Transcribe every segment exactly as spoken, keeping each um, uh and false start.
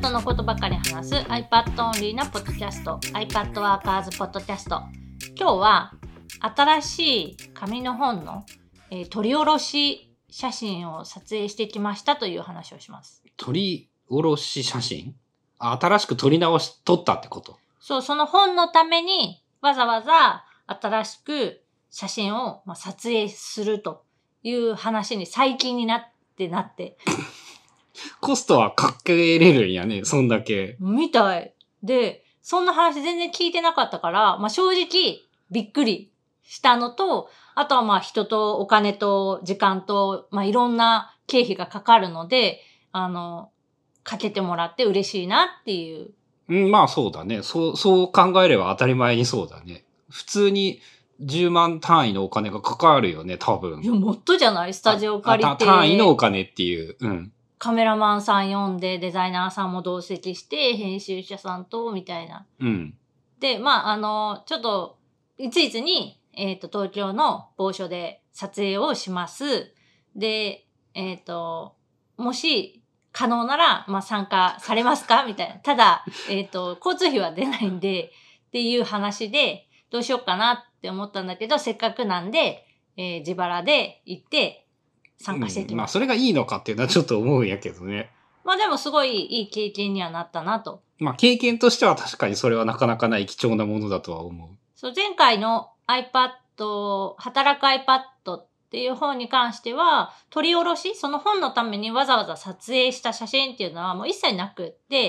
iPad のことばかり話す iPad オンリーなポッドキャスト iPad Workers ポッドキャスト。今日は新しい紙の本の、えー、撮り下ろし写真を撮影してきましたという話をします。 撮り下ろし写真？あ、新しく撮り直し撮ったってこと？ そう、その本のためにわざわざ新しく写真を、まあ、撮影するという話に最近になってなってコストはかけれるんやね、そんだけ。 みたい。で、そんな話全然聞いてなかったから、まあ、正直びっくりしたのと、あとはまあ人とお金と時間と、まあ、いろんな経費がかかるので、あの、かけてもらって嬉しいなっていう。 うん、まあそうだね。そう、そう考えれば当たり前にそうだね。普通にじゅうまん単位のお金がかかるよね、多分。 いや、もっとじゃない？スタジオ借りて。 単位のお金っていう。うん。 カメラマンさん呼んで、デザイナーさんも同席して、編集者さんと、みたいな。 うん。 で、まあ、あの、ちょっと、いついつに、えっと、東京の某所で撮影をします。で、えっと、もし、可能なら、まあ、参加されますかみたいな。ただ、えっと、交通費は出ないんで、っていう話で、どうしようかなって思ったんだけど、せっかくなんで、えー、自腹で行って、参加してきます、 うん。まあ、それがいいのかっていうのはちょっと思うんやけどね。 まあでもすごいいい経験にはなったなと。 まあ経験としては確かにそれはなかなかない貴重なものだとは思う。 そう、前回の iPad、働く iPad っていう本に関しては、撮り下ろし、その本のためにわざわざ撮影した写真っていうのはもう一切なくって、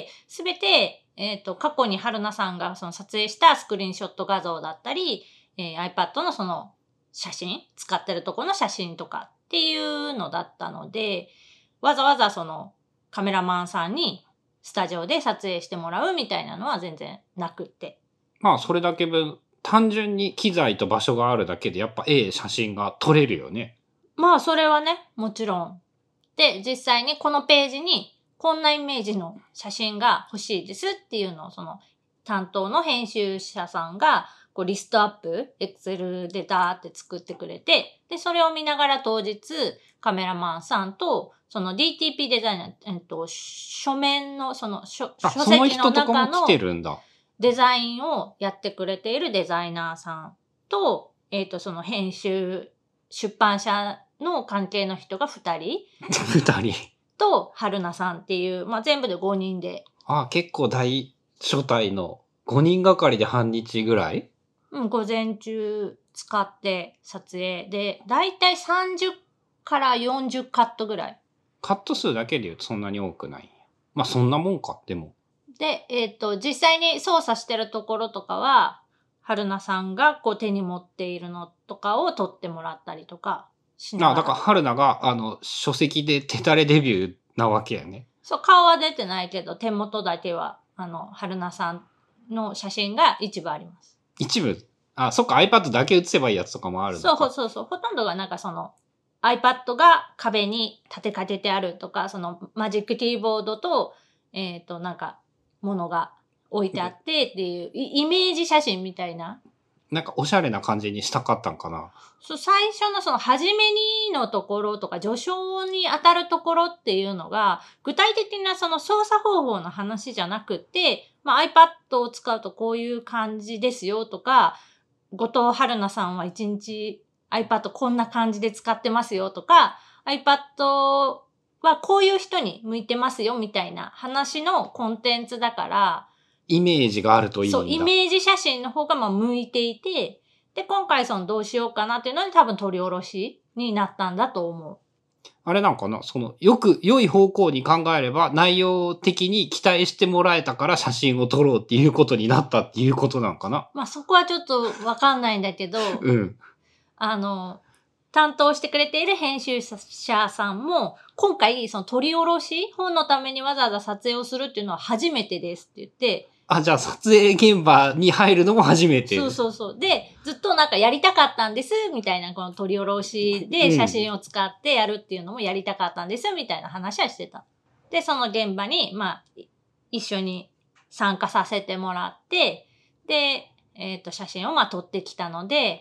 すべて、えっと、過去に春菜さんがその撮影したスクリーンショット画像だったり、えー、iPad のその写真、使ってるところの写真とかっていうのだったので、わざわざそのカメラマンさんにスタジオで撮影してもらうみたいなのは全然なくって。 まあそれだけ分、単純に機材と場所があるだけでやっぱええ写真が撮れるよね。 まあそれはね、もちろん。で、実際にこのページにこんなイメージの写真が欲しいですっていうのをその担当の編集者さんがこうリストアップ、Excel でダーって作ってくれて、で、それを見ながら当日カメラマンさんとその ディーティーピー デザイナー、えっと、書面のその書書籍の中のデザインをやってくれているデザイナーさんと、えっと、その編集、出版社の関係の人がふたり。 ふたり。 と、春菜さんっていう、まあ、全部でごにんで。 ああ、結構大所帯のごにんがかりで半日ぐらい？ うん、午前中使って撮影で、だいたいさんじゅうからよんじゅうカットぐらい。 カット数だけで言うとそんなに多くない。まあそんなもんか、でも。 で、えっと、実際に操作してるところとかは、春菜さんがこう手に持っているのとかを撮ってもらったりとかしながら。 あ、だから春菜が、あの、書籍で手垂れデビューなわけやね。 そう、顔は出てないけど、手元だけは、あの、春菜さんの写真が一部あります。 一部？あ、そっか、iPad だけ写せばいいやつとかもあるのか。 そうそうそう。ほとんどがなんかその、iPad が壁に立てかけてあるとか、そのマジックキーボードと、えっと、なんか、ものが置いてあってっていう、イメージ写真みたいな。 なんかおしゃれな感じにしたかったんかな。 そう、最初のその、初めにのところとか、序章に当たるところっていうのが、具体的なその操作方法の話じゃなくて、まあ iPad を使うとこういう感じですよとか、後藤春菜さんはいちにち iPad こんな感じで使ってますよとか、iPad はこういう人に向いてますよみたいな話のコンテンツだから、 イメージがあるといいんだ。 そう、イメージ写真の方がまあ向いていて、で、今回そのどうしようかなっていうので多分撮り下ろしになったんだと思う。 あれなんかな、その、よく、良い方向に考えれば、内容的に期待してもらえたから写真を撮ろうっていうことになったっていうことなんかな。 まあそこはちょっとわかんないんだけど、 うん。 あの、担当してくれている編集者さんも、今回その撮り下ろし、本のためにわざわざ撮影をするっていうのは初めてですって言って、 あ、じゃあ撮影現場に入るのも初めて。 そうそうそう。で、ずっとなんかやりたかったんです、みたいな、この撮り下ろしで写真を使ってやるっていうのもやりたかったんです、みたいな話はしてた。で、その現場に、まあ、一緒に参加させてもらって、で、えっと、写真をまあ撮ってきたので、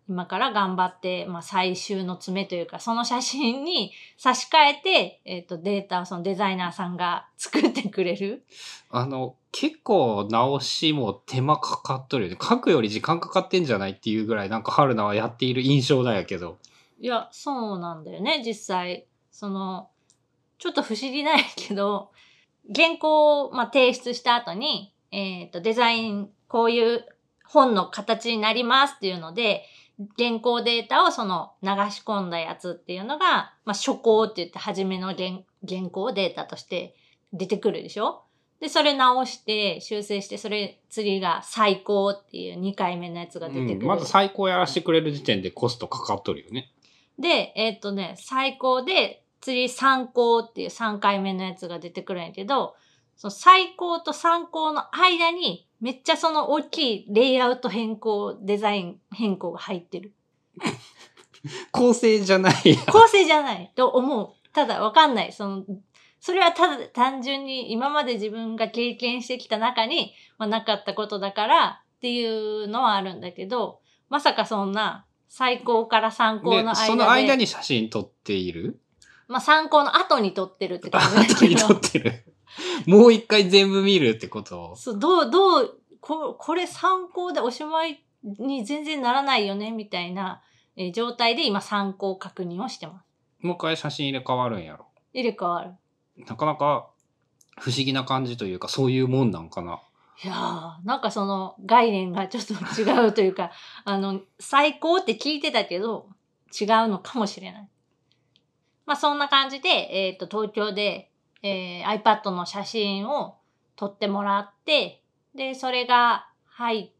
今から頑張って、まあ、最終の詰めというか、その写真に差し替えて、えっと、データをそのデザイナーさんが作ってくれる。 あの、結構直しも手間かかっとるよね。書くより時間かかってんじゃないっていうぐらい、なんか春菜はやっている印象なんやけど。 いや、そうなんだよね、実際。その、ちょっと不思議なんやけど、原稿を、まあ、提出した後に、えっと、デザイン、こういう本の形になりますっていうので、原稿データをその流し込んだやつっていうのが、まあ、初稿って言って初めの原原稿データとして出てくるでしょ。で、それ直して修正して、それ次が最高っていうにかいめのやつが出てくる。 うん、まず最高やらせてくれる時点でコストかかっとるよね。 で、えっとね、最高で次参考っていうさんかいめのやつが出てくるんやけど、その最高と参考の間にめっちゃその大きいレイアウト変更、デザイン変更が入ってる。 構成じゃないや。 構成じゃないと思う。ただわかんない。その、それはただ単純に今まで自分が経験してきた中に、まあ、なかったことだからっていうのはあるんだけど、まさかそんな最高から参考の間で。 で、その間に写真撮っている？ まあ参考の後に撮ってるって感じだけど。 後に撮ってる。もう一回全部見るってこと？ そう、どう、どう、ここれ参考でおしまいに全然ならないよね、みたいな、えー状態で今参考確認をしてます。 もう一回写真入れ替わるんやろ。 入れ替わる。 なかなか不思議な感じというか、そういうもんなんかな。 いやー、なんかその概念がちょっと違うというか、あの、最高って聞いてたけど、違うのかもしれない。まあそんな感じで、えっと、東京で、えー iPad の写真を撮ってもらって、で、それが入って、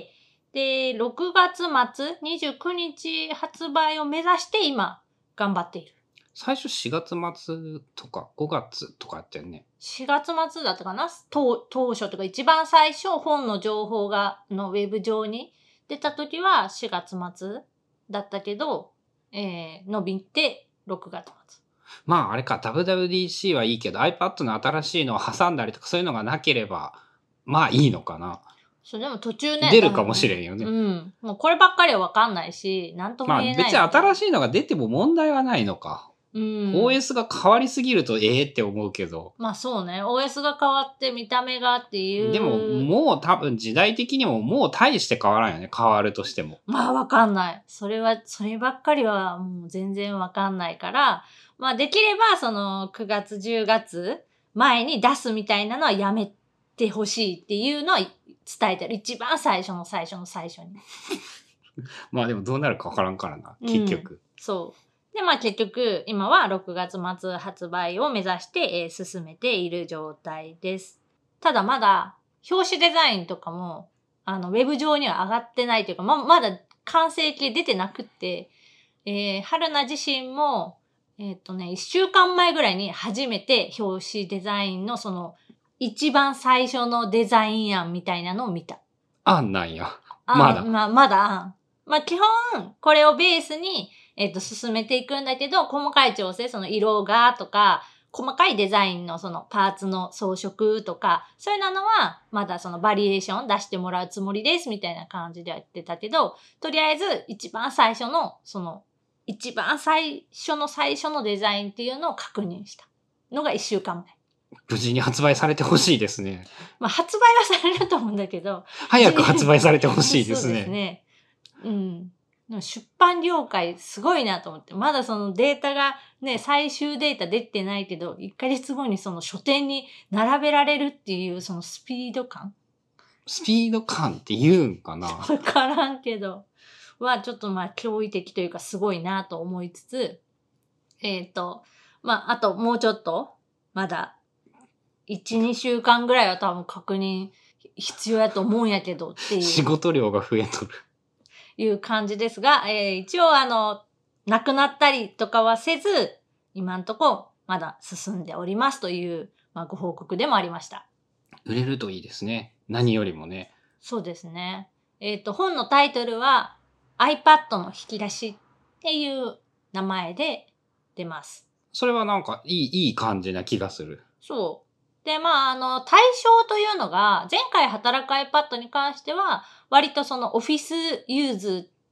で、ろくがつ末、にじゅうくにち発売を目指して今、頑張っている。 最初しがつ末とかごがつとかやったよね。 しがつ末だったかな当当初とか一番最初本の情報がのウェブ上に出た時はしがつ末だったけど、えー、伸びてろくがつ末。 まああれか、ダブリューダブリューディーシー はいいけど iPad の新しいのを挟んだりとかそういうのがなければ、まあいいのかな。 そう、でも途中ね。 出るかもしれんよね。 うん。もうこればっかりはわかんないし、なんともまあ言えない。 別に新い。 しいのが出ても問題はないのか。 うん。 オーエス が変わりすぎるとええって思うけど。 まあそうね。オーエス が変わって見た目がっていう。 でももう多分時代的にももう大して変わらんよね。変わるとしても。 まあわかんない。それは、そればっかりはもう全然わかんないから、まあできればそのくがつ、じゅうがつ前に出すみたいなのはやめてほしいっていうのは伝えてる。一番最初の最初の最初に。 まあでもどうなるかわからんからな。結局。 うん、そう。で、まあ結局、今はろくがつ末発売を目指して、えー進めている状態です。ただまだ、表紙デザインとかも、あの、ウェブ上には上がってないというか、ま、まだ完成形出てなくって、えー、春菜自身も、えっとね、いっしゅうかんまえぐらいに初めて表紙デザインのその、一番最初のデザイン案みたいなのを見た。 あんなんや。 あまだ。 ままだ案。まあ、基本、これをベースに、えっと、進めていくんだけど、細かい調整、その色がとか、細かいデザインのそのパーツの装飾とか、そういうのは、まだそのバリエーション出してもらうつもりです、みたいな感じでやってたけど、とりあえず、一番最初の、その、一番最初の最初のデザインっていうのを確認したのが一週間前。 無事に発売されてほしいですね。 まあ、発売はされると思うんだけど。 早く発売されてほしいですね。 そうですね。うん。でも出版業界すごいなと思って。まだそのデータがね、最終データ出てないけど、いっかげつごにその書店に並べられるっていうそのスピード感スピード感って言うんかな。 わからんけど、はちょっとまあ驚異的というかすごいなと思いつつ、えっと、まああともうちょっと、まだ、いち、にしゅうかんぐらいは多分確認必要やと思うんやけどっていう。 仕事量が増えとる。 いう感じですが、えー、一応あの、なくなったりとかはせず、今んとこまだ進んでおりますという、まあ、ご報告でもありました。 売れるといいですね。何よりもね。 そうですね。えっと、本のタイトルは iPad の引き出しっていう名前で出ます。 それはなんかいい、いい感じな気がする。 そう。で、まあ、あの、対象というのが、前回働く iPad に関しては、割とそのオフィスユーズ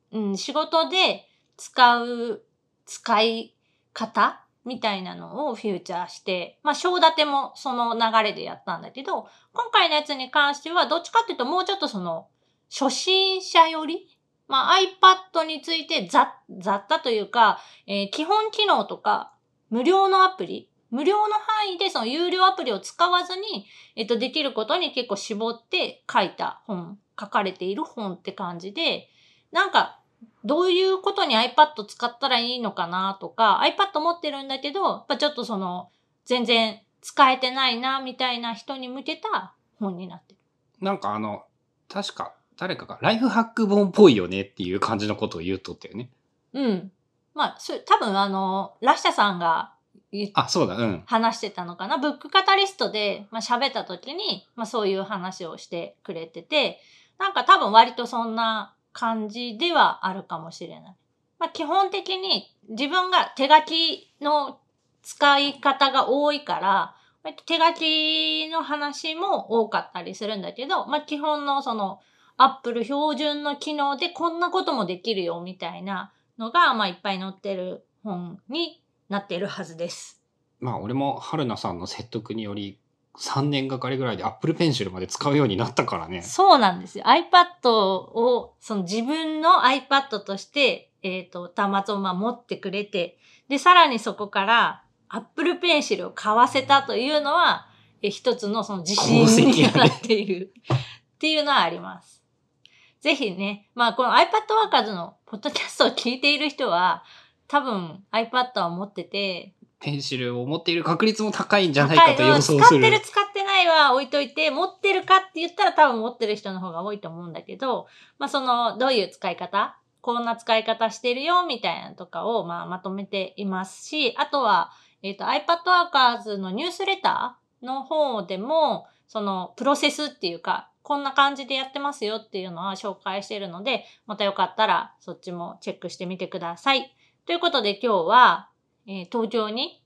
うん、仕事で使う使い方みたいなのをフューチャーして、まあ、章立てもその流れでやったんだけど、今回のやつに関してはどっちかっていうともうちょっとその、初心者より、まあ、iPad についてざ、ざったというか、えー、基本機能とか、無料のアプリ、無料の範囲でその有料アプリを使わずに、えっと、できることに結構絞って書いた本、書かれている本って感じで、なんか、どういうことに iPad 使ったらいいのかなとか、iPad 持ってるんだけど、やっぱちょっとその、全然使えてないな、みたいな人に向けた本になってる。 なんかあの、確か誰かがライフハック本っぽいよねっていう感じのことを言うとったよね。 うん。まあ、それ多分あの、ラッシャさんがあ、そうだ、うん。 話してたのかな。ブックカタリストで、まあ、喋った時に、まあ、そういう話をしてくれてて、なんか多分割とそんな感じではあるかもしれない。まあ、基本的に自分が手書きの使い方が多いから、手書きの話も多かったりするんだけど、まあ、基本のその Apple 標準の機能でこんなこともできるよみたいなのが、まあ、いっぱい載ってる本になってるはずです。 まあ俺も春菜さんの説得によりさんねんがかりぐらいで Apple Pencil まで使うようになったからね。 そうなんですよ。iPad を、その自分の iPad として、えっと、端末をまあ持ってくれて、で、さらにそこから Apple Pencil を買わせたというのは、え一つのその自信になっているっていうのはあります。ぜひね、まあこの iPad Workers のポッドキャストを聞いている人は、多分 iPad を持ってて、 ペンシルを持っている確率も高いんじゃないかと予想する。 使ってる使ってないは置いといて、持ってるかって言ったら多分持ってる人の方が多いと思うんだけど、まあその、どういう使い方、こんな使い方してるよみたいなのとかをまあまとめていますし、あとは、えっと iPad Workers のニュースレターの方でも、そのプロセスっていうか、こんな感じでやってますよっていうのは紹介しているので、またよかったらそっちもチェックしてみてください。ということで今日は、えー、東京に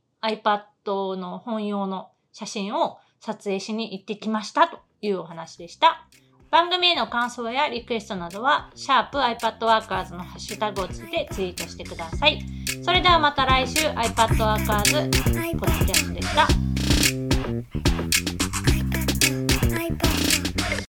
iPad の本用の写真を撮影しに行ってきましたというお話でした。番組への感想やリクエストなどは、シャープ iPadWorkers のハッシュタグをつけてツイートしてください。それではまた来週 iPadWorkers ポッドキャストでした。